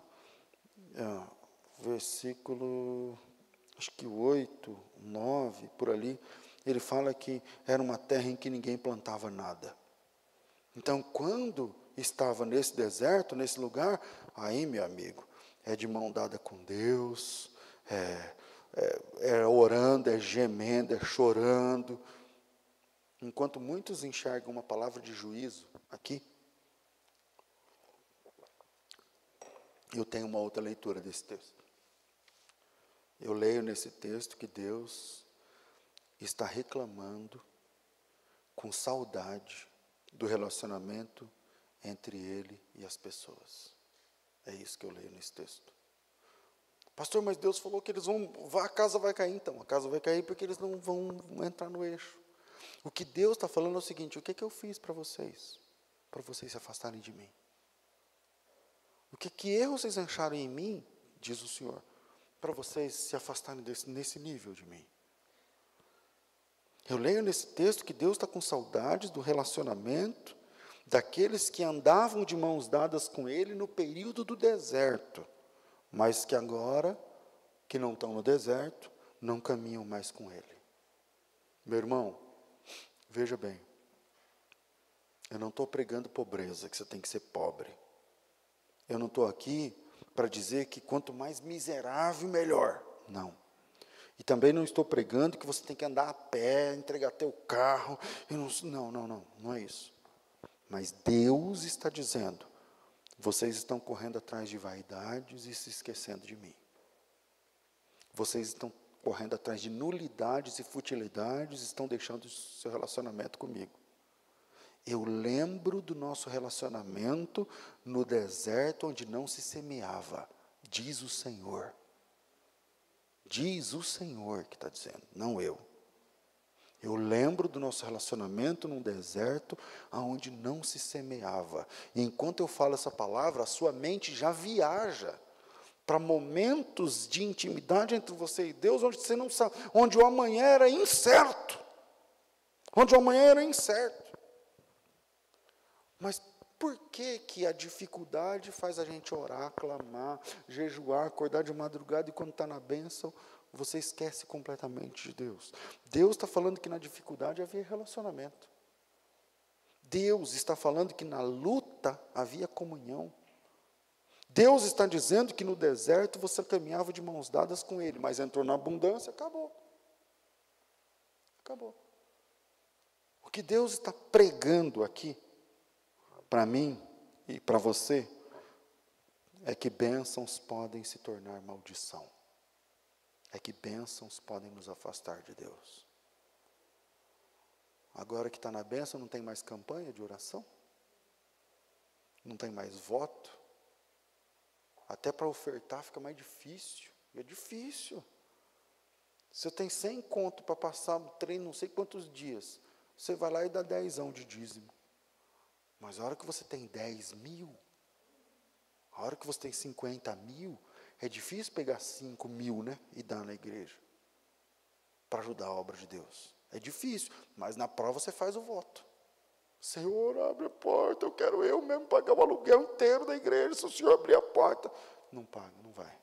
Versículo, acho que 8, 9, por ali. Ele fala que era uma terra em que ninguém plantava nada. Então, quando estava nesse deserto, nesse lugar, aí, meu amigo, é de mão dada com Deus, é orando, é gemendo, é chorando. Enquanto muitos enxergam uma palavra de juízo aqui, eu tenho uma outra leitura desse texto. Eu leio nesse texto que Deus está reclamando com saudade do relacionamento entre Ele e as pessoas. É isso que eu leio nesse texto. Pastor, mas Deus falou que eles a casa vai cair. Então, a casa vai cair porque eles não vão entrar no eixo. O que Deus está falando é o seguinte: o que eu fiz para vocês se afastarem de mim? O que erros vocês acharam em mim, diz o Senhor, para vocês se afastarem nesse nível de mim? Eu leio nesse texto que Deus está com saudades do relacionamento daqueles que andavam de mãos dadas com Ele no período do deserto, mas que agora, que não estão no deserto, não caminham mais com Ele. Meu irmão, veja bem, eu não estou pregando pobreza, que você tem que ser pobre. Eu não estou aqui para dizer que quanto mais miserável, melhor. Não. E também não estou pregando que você tem que andar a pé, entregar teu carro. Não é isso. Mas Deus está dizendo, vocês estão correndo atrás de vaidades e se esquecendo de mim. Vocês estão correndo atrás de nulidades e futilidades, estão deixando o seu relacionamento comigo. Eu lembro do nosso relacionamento no deserto onde não se semeava, diz o Senhor. Diz o Senhor que está dizendo, não eu. Eu lembro do nosso relacionamento num deserto onde não se semeava. E enquanto eu falo essa palavra, a sua mente já viaja para momentos de intimidade entre você e Deus, onde você não sabe, onde o amanhã era incerto. Onde o amanhã era incerto. Mas por que a dificuldade faz a gente orar, clamar, jejuar, acordar de madrugada e quando está na bênção, você esquece completamente de Deus? Deus está falando que na dificuldade havia relacionamento. Deus está falando que na luta havia comunhão. Deus está dizendo que no deserto você caminhava de mãos dadas com Ele, mas entrou na abundância, acabou. Acabou. O que Deus está pregando aqui, para mim e para você, é que bênçãos podem se tornar maldição. É que bênçãos podem nos afastar de Deus. Agora que está na bênção, não tem mais campanha de oração? Não tem mais voto? Até para ofertar fica mais difícil. É difícil. Você tem 100 conto para passar o treino não sei quantos dias. Você vai lá e dá 10 de dízimo. Mas a hora que você tem 10 mil, a hora que você tem 50 mil, é difícil pegar 5 mil, né, e dar na igreja, para ajudar a obra de Deus. É difícil, mas na prova você faz o voto. Senhor, abre a porta, eu quero eu mesmo pagar o aluguel inteiro da igreja, se o Senhor abrir a porta. Não paga, não vai.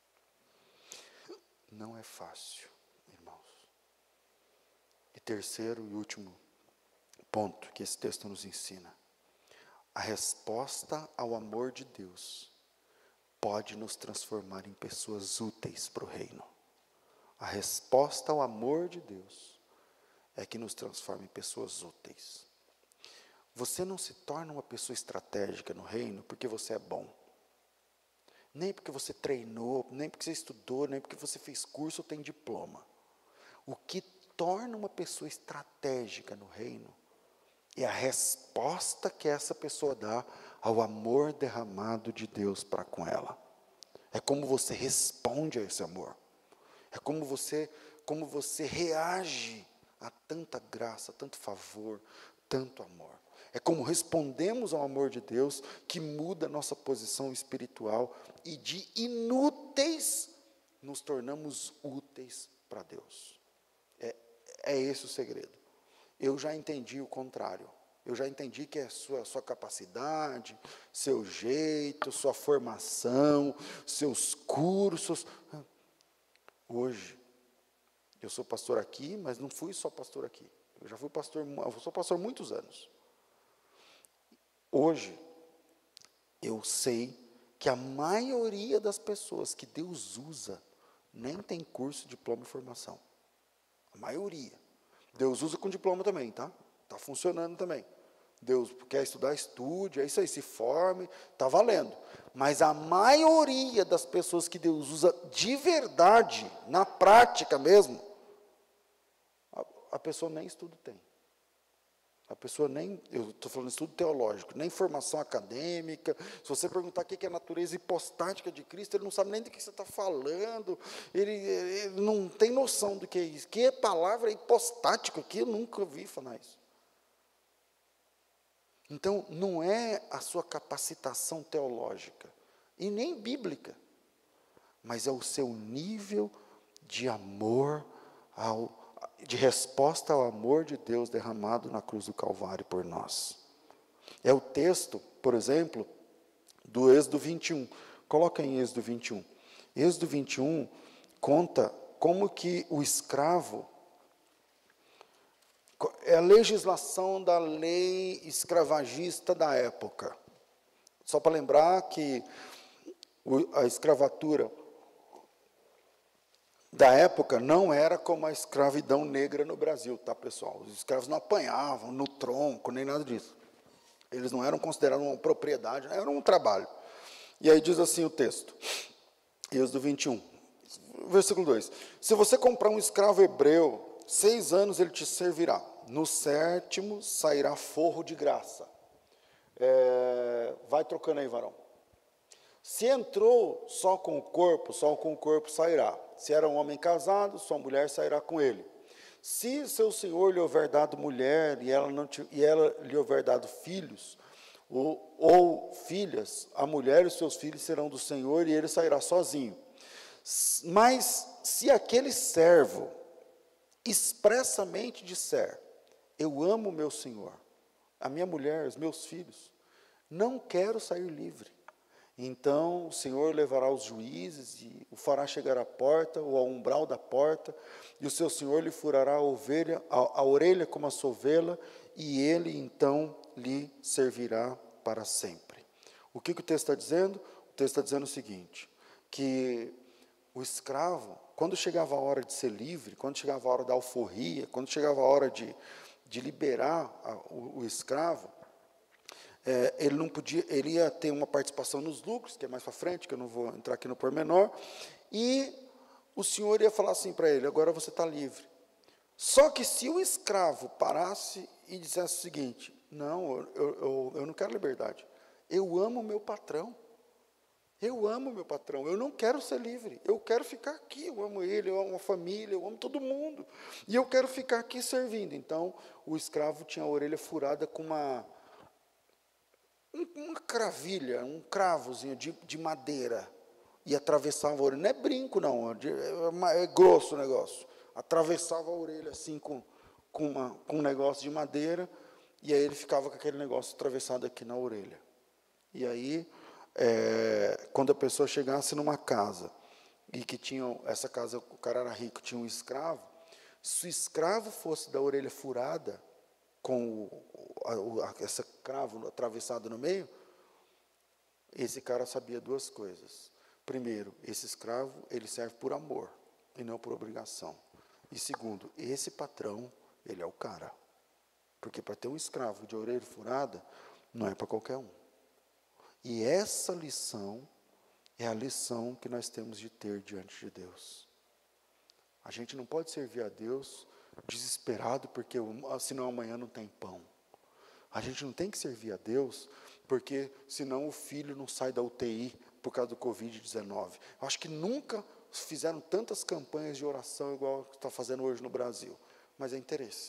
Não é fácil, irmãos. E terceiro e último ponto que esse texto nos ensina. A resposta ao amor de Deus pode nos transformar em pessoas úteis para o reino. A resposta ao amor de Deus é que nos transforma em pessoas úteis. Você não se torna uma pessoa estratégica no reino porque você é bom. Nem porque você treinou, nem porque você estudou, nem porque você fez curso ou tem diploma. O que torna uma pessoa estratégica no reino É a resposta que essa pessoa dá ao amor derramado de Deus para com ela. É como você responde a esse amor. É como você reage a tanta graça, tanto favor, tanto amor. É como respondemos ao amor de Deus que muda a nossa posição espiritual e de inúteis nos tornamos úteis para Deus. É esse o segredo. Eu já entendi o contrário. Eu já entendi que é sua capacidade, seu jeito, sua formação, seus cursos. Hoje, eu sou pastor aqui, mas não fui só pastor aqui. Eu já fui pastor, eu sou pastor há muitos anos. Hoje, eu sei que a maioria das pessoas que Deus usa nem tem curso, diploma e formação. A maioria. Deus usa com diploma também, tá? Está funcionando também. Deus quer estudar, estude, é isso aí, se forme, está valendo. Mas a maioria das pessoas que Deus usa de verdade, na prática mesmo, a pessoa nem estudo tem. A pessoa nem, eu estou falando estudo teológico, nem formação acadêmica. Se você perguntar o que é a natureza hipostática de Cristo, ele não sabe nem do que você está falando, ele não tem noção do que é isso. Que palavra hipostática aqui, eu nunca ouvi falar isso. Então, não é a sua capacitação teológica, e nem bíblica, mas é o seu nível de amor, de resposta ao amor de Deus derramado na cruz do Calvário por nós. É o texto, por exemplo, do Êxodo 21. Coloca em Êxodo 21. Êxodo 21 conta como que o escravo, é a legislação da lei escravagista da época. Só para lembrar que a escravatura da época não era como a escravidão negra no Brasil, tá, pessoal? Os escravos não apanhavam no tronco, nem nada disso. Eles não eram considerados uma propriedade, era um trabalho. E aí diz assim o texto, Êxodo 21, versículo 2. Se você comprar um escravo hebreu, 6 anos ele te servirá. No 7º sairá forro de graça. Vai trocando aí, varão. Se entrou só com o corpo sairá. Se era um homem casado, sua mulher sairá com ele. Se seu senhor lhe houver dado mulher e ela lhe houver dado filhos ou filhas, a mulher e os seus filhos serão do Senhor e ele sairá sozinho. Mas se aquele servo expressamente disser, eu amo meu senhor, a minha mulher, os meus filhos, não quero sair livre, então o Senhor levará os juízes e o fará chegar à porta ou ao umbral da porta, e o seu Senhor lhe furará a orelha como a sovela, e ele então lhe servirá para sempre. O que o texto está dizendo? O texto está dizendo o seguinte, que o escravo, quando chegava a hora de ser livre, quando chegava a hora da alforria, quando chegava a hora de liberar o escravo, ele não podia, ele ia ter uma participação nos lucros, que é mais para frente, que eu não vou entrar aqui no pormenor, e o Senhor ia falar assim para ele, agora você está livre. Só que se o escravo parasse e dissesse o seguinte, não, eu não quero liberdade, eu amo meu patrão, eu não quero ser livre, eu quero ficar aqui, eu amo ele, eu amo a família, eu amo todo mundo, e eu quero ficar aqui servindo. Então, o escravo tinha a orelha furada com uma cravilha, um cravozinho de madeira, e atravessava a orelha, não é brinco não, é grosso o negócio, atravessava a orelha assim com um negócio de madeira, e aí ele ficava com aquele negócio atravessado aqui na orelha. E aí, quando a pessoa chegasse numa casa, e que tinha, essa casa, o cara era rico, tinha um escravo, se o escravo fosse da orelha furada, com esse cravo atravessado no meio, esse cara sabia 2 coisas. Primeiro, esse escravo, ele serve por amor, e não por obrigação. E segundo, esse patrão, ele é o cara. Porque para ter um escravo de orelha furada, não é para qualquer um. E essa lição é a lição que nós temos de ter diante de Deus. A gente não pode servir a Deus desesperado, porque senão amanhã não tem pão. A gente não tem que servir a Deus, porque senão o filho não sai da UTI por causa do Covid-19. Eu acho que nunca fizeram tantas campanhas de oração igual que está fazendo hoje no Brasil. Mas é interesse.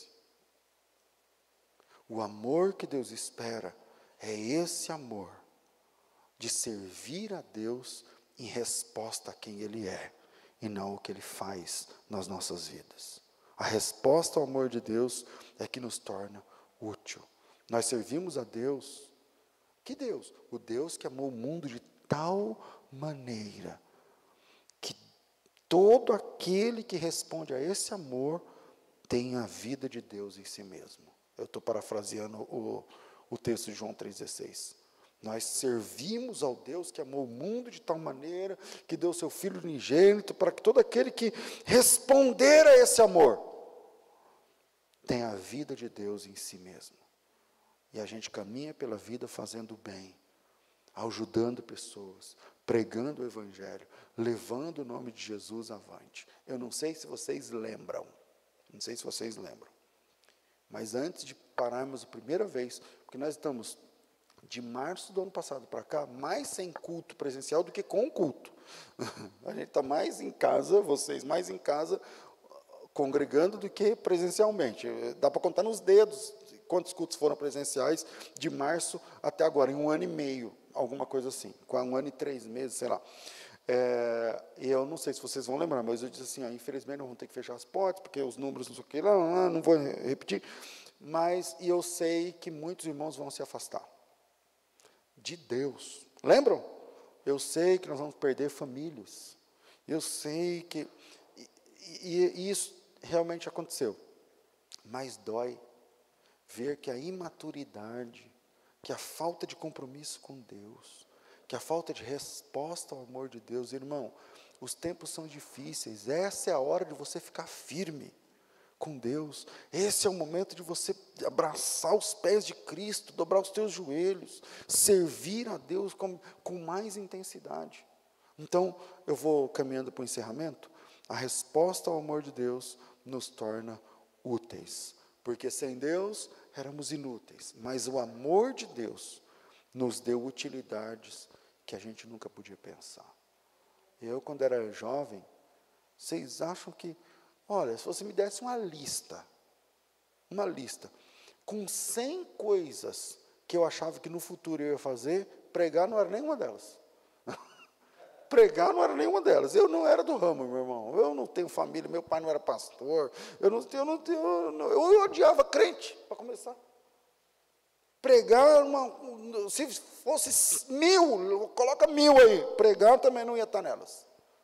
O amor que Deus espera é esse amor de servir a Deus em resposta a quem Ele é, e não o que Ele faz nas nossas vidas. A resposta ao amor de Deus é que nos torna útil. Nós servimos a Deus. Que Deus? O Deus que amou o mundo de tal maneira que todo aquele que responde a esse amor tem a vida de Deus em si mesmo. Eu estou parafraseando o texto de João 3,16. Nós servimos ao Deus que amou o mundo de tal maneira que deu seu Filho unigênito para que todo aquele que responder a esse amor tenha a vida de Deus em si mesmo. E a gente caminha pela vida fazendo o bem, ajudando pessoas, pregando o Evangelho, levando o nome de Jesus avante. Eu não sei se vocês lembram, mas antes de pararmos a primeira vez, porque nós estamos de março do ano passado para cá, mais sem culto presencial do que com culto. A gente está mais em casa, vocês mais em casa, congregando do que presencialmente. Dá para contar nos dedos quantos cultos foram presenciais de março até agora, em 1 ano e meio, alguma coisa assim, com 1 ano e 3 meses, sei lá. E eu não sei se vocês vão lembrar, mas eu disse assim, infelizmente nós vamos ter que fechar as portas, porque os números não sei o que, não vou repetir, mas e eu sei que muitos irmãos vão se afastar de Deus. Lembram? Eu sei que nós vamos perder famílias. Eu sei que e isso realmente aconteceu. Mas dói ver que a imaturidade, que a falta de compromisso com Deus, que a falta de resposta ao amor de Deus, irmão, os tempos são difíceis, essa é a hora de você ficar firme com Deus, esse é o momento de você abraçar os pés de Cristo, dobrar os teus joelhos, servir a Deus com mais intensidade. Então, eu vou caminhando para o encerramento. A resposta ao amor de Deus nos torna úteis, porque sem Deus éramos inúteis, mas o amor de Deus nos deu utilidades que a gente nunca podia pensar. Eu, quando era jovem, vocês acham que, olha, se você me desse uma lista, com 100 coisas que eu achava que no futuro eu ia fazer, pregar não era nenhuma delas. Pregar não era nenhuma delas. Eu não era do ramo, meu irmão. Eu não tenho família, meu pai não era pastor. Eu odiava crente, para começar. Pregar, se fosse 1000, coloca 1000 aí. Pregar também não ia estar nelas.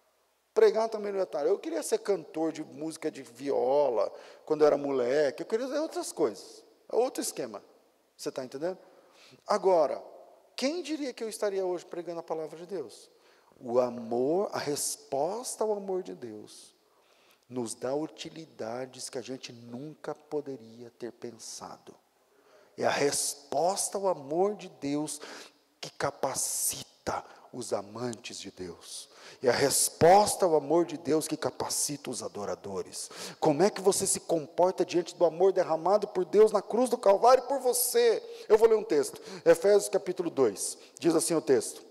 Eu queria ser cantor de música de viola, quando eu era moleque. Eu queria fazer outras coisas. É outro esquema. Você está entendendo? Agora, quem diria que eu estaria hoje pregando a palavra de Deus? O amor, a resposta ao amor de Deus, nos dá utilidades que a gente nunca poderia ter pensado. É a resposta ao amor de Deus que capacita os amantes de Deus. É a resposta ao amor de Deus que capacita os adoradores. Como é que você se comporta diante do amor derramado por Deus na cruz do Calvário por você? Eu vou ler um texto. Efésios capítulo 2. Diz assim o texto.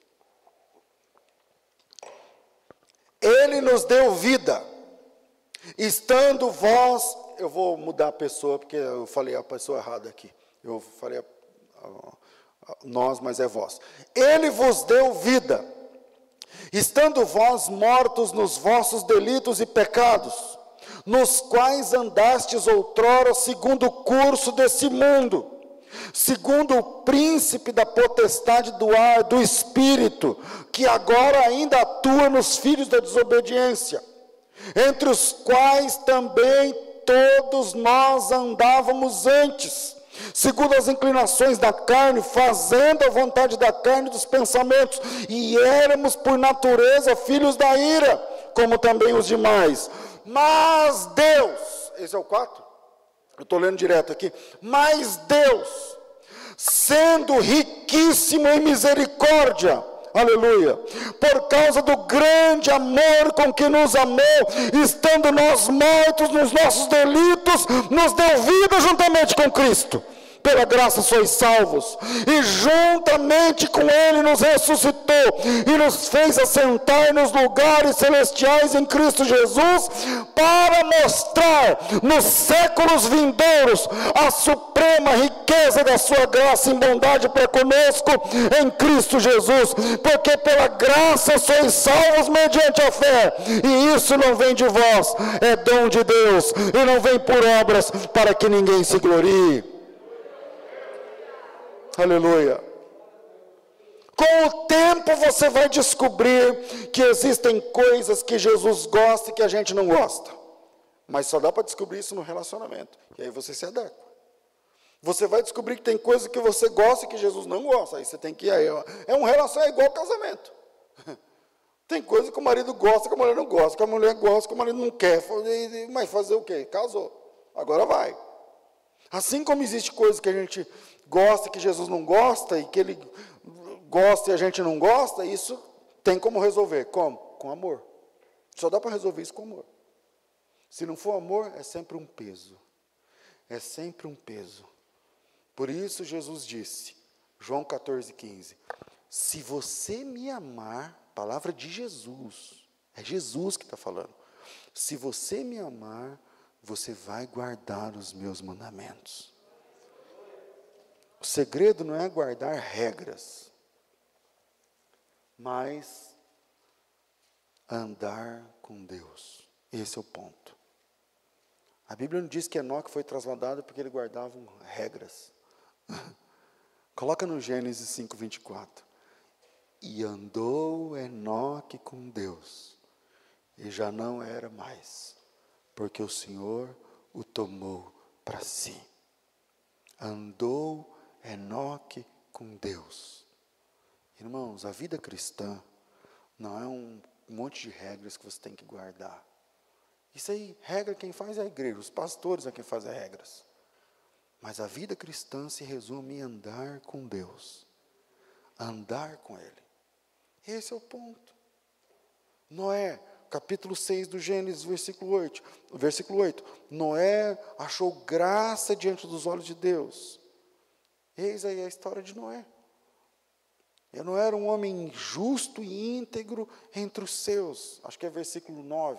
Ele nos deu vida, estando vós... Eu vou mudar a pessoa, porque eu falei a pessoa errada aqui. Eu falei nós, mas é vós. Ele vos deu vida, estando vós mortos nos vossos delitos e pecados, nos quais andastes outrora segundo o curso desse mundo, segundo o príncipe da potestade do ar, do espírito, que agora ainda atua nos filhos da desobediência, entre os quais também todos nós andávamos antes, segundo as inclinações da carne, fazendo a vontade da carne e dos pensamentos, e éramos por natureza filhos da ira, como também os demais. Mas Deus, esse é o 4? Eu estou lendo direto aqui. Mas Deus, sendo riquíssimo em misericórdia, aleluia, por causa do grande amor com que nos amou, estando nós mortos nos nossos delitos, nos deu vida juntamente com Cristo. pela graça sois salvos, e juntamente com Ele nos ressuscitou, e nos fez assentar nos lugares celestiais em Cristo Jesus, para mostrar nos séculos vindouros a suprema riqueza da sua graça e bondade para conosco em Cristo Jesus, porque pela graça sois salvos mediante a fé, e isso não vem de vós, é dom de Deus, e não vem por obras, para que ninguém se glorie. Aleluia. Com o tempo você vai descobrir que existem coisas que Jesus gosta e que a gente não gosta, mas só dá para descobrir isso no relacionamento, e aí você se adequa. Você vai descobrir que tem coisas que você gosta e que Jesus não gosta, aí você tem que ir, é um relacionamento, é igual casamento. Tem coisa que o marido gosta, que a mulher não gosta, que a mulher gosta, que o marido não quer, mas fazer o quê? Casou, agora vai. Assim como existe coisa que a gente gosta, que Jesus não gosta, e que Ele gosta e a gente não gosta, isso tem como resolver. Como? Com amor. Só dá para resolver isso com amor. Se não for amor, é sempre um peso. É sempre um peso. Por isso Jesus disse, João 14,15, se você me amar, palavra de Jesus, é Jesus que está falando, se você me amar, você vai guardar os meus mandamentos. O segredo não é guardar regras, mas andar com Deus. Esse é o ponto. A Bíblia não diz que Enoque foi trasladado porque ele guardava regras. Coloca no Gênesis 5:24. E andou Enoque com Deus, e já não era mais, porque o Senhor o tomou para si. Andou Enoque com Deus. Irmãos, a vida cristã não é um monte de regras que você tem que guardar. Isso aí, regra quem faz é a igreja, os pastores é quem faz as regras. Mas a vida cristã se resume em andar com Deus, andar com Ele. Esse é o ponto. Noé, capítulo 6 do Gênesis, versículo 8. Noé achou graça diante dos olhos de Deus. Eis aí a história de Noé. Ele não era um homem justo e íntegro entre os seus. Acho que é versículo 9.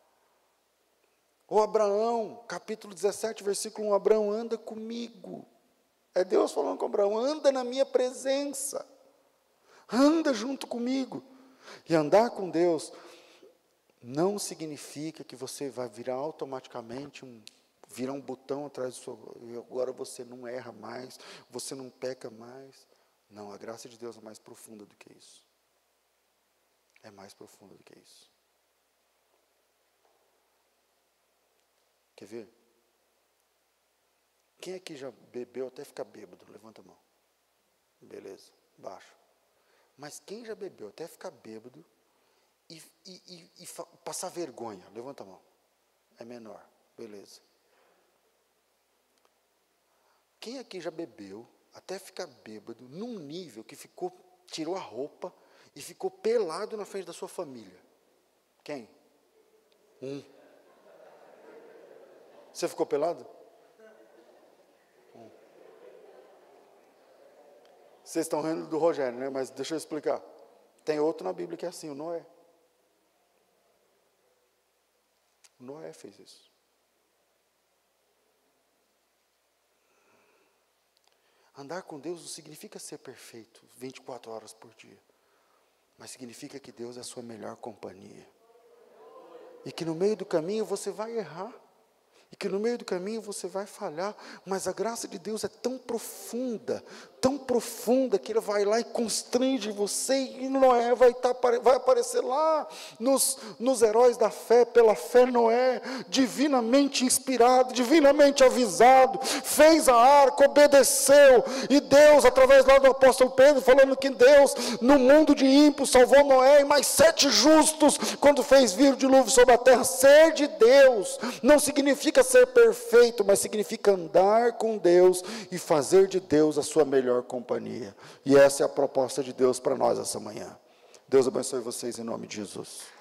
Ou Abraão, capítulo 17, versículo 1. Abraão, anda comigo. É Deus falando com Abraão, anda na minha presença. Anda junto comigo. E andar com Deus não significa que você vai virar automaticamente virar um botão atrás do seu. Agora você não erra mais, você não peca mais. Não, a graça de Deus é mais profunda do que isso. É mais profunda do que isso. Quer ver? Quem aqui já bebeu até ficar bêbado? Levanta a mão. Beleza, baixo. Mas quem já bebeu até ficar bêbado e passar vergonha? Levanta a mão. É menor, beleza. Quem aqui já bebeu até ficar bêbado num nível que tirou a roupa e ficou pelado na frente da sua família? Quem? Você ficou pelado? Vocês estão rindo do Rogério, né? Mas deixa eu explicar. Tem outro na Bíblia que é assim, o Noé. O Noé fez isso. Andar com Deus não significa ser perfeito 24 horas por dia. Mas significa que Deus é a sua melhor companhia. E que no meio do caminho você vai errar. E que no meio do caminho você vai falhar, mas a graça de Deus é tão profunda, que Ele vai lá e constrange você, e Noé vai aparecer lá nos heróis da fé, pela fé Noé, divinamente inspirado, divinamente avisado, fez a arca, obedeceu, e Deus, através lá do apóstolo Pedro, falando que Deus, no mundo de ímpios, salvou Noé e mais 7 justos, quando fez vir o dilúvio sobre a terra. Ser de Deus não significa ser perfeito, mas significa andar com Deus e fazer de Deus a sua melhor companhia. E essa é a proposta de Deus para nós essa manhã. Deus abençoe vocês em nome de Jesus.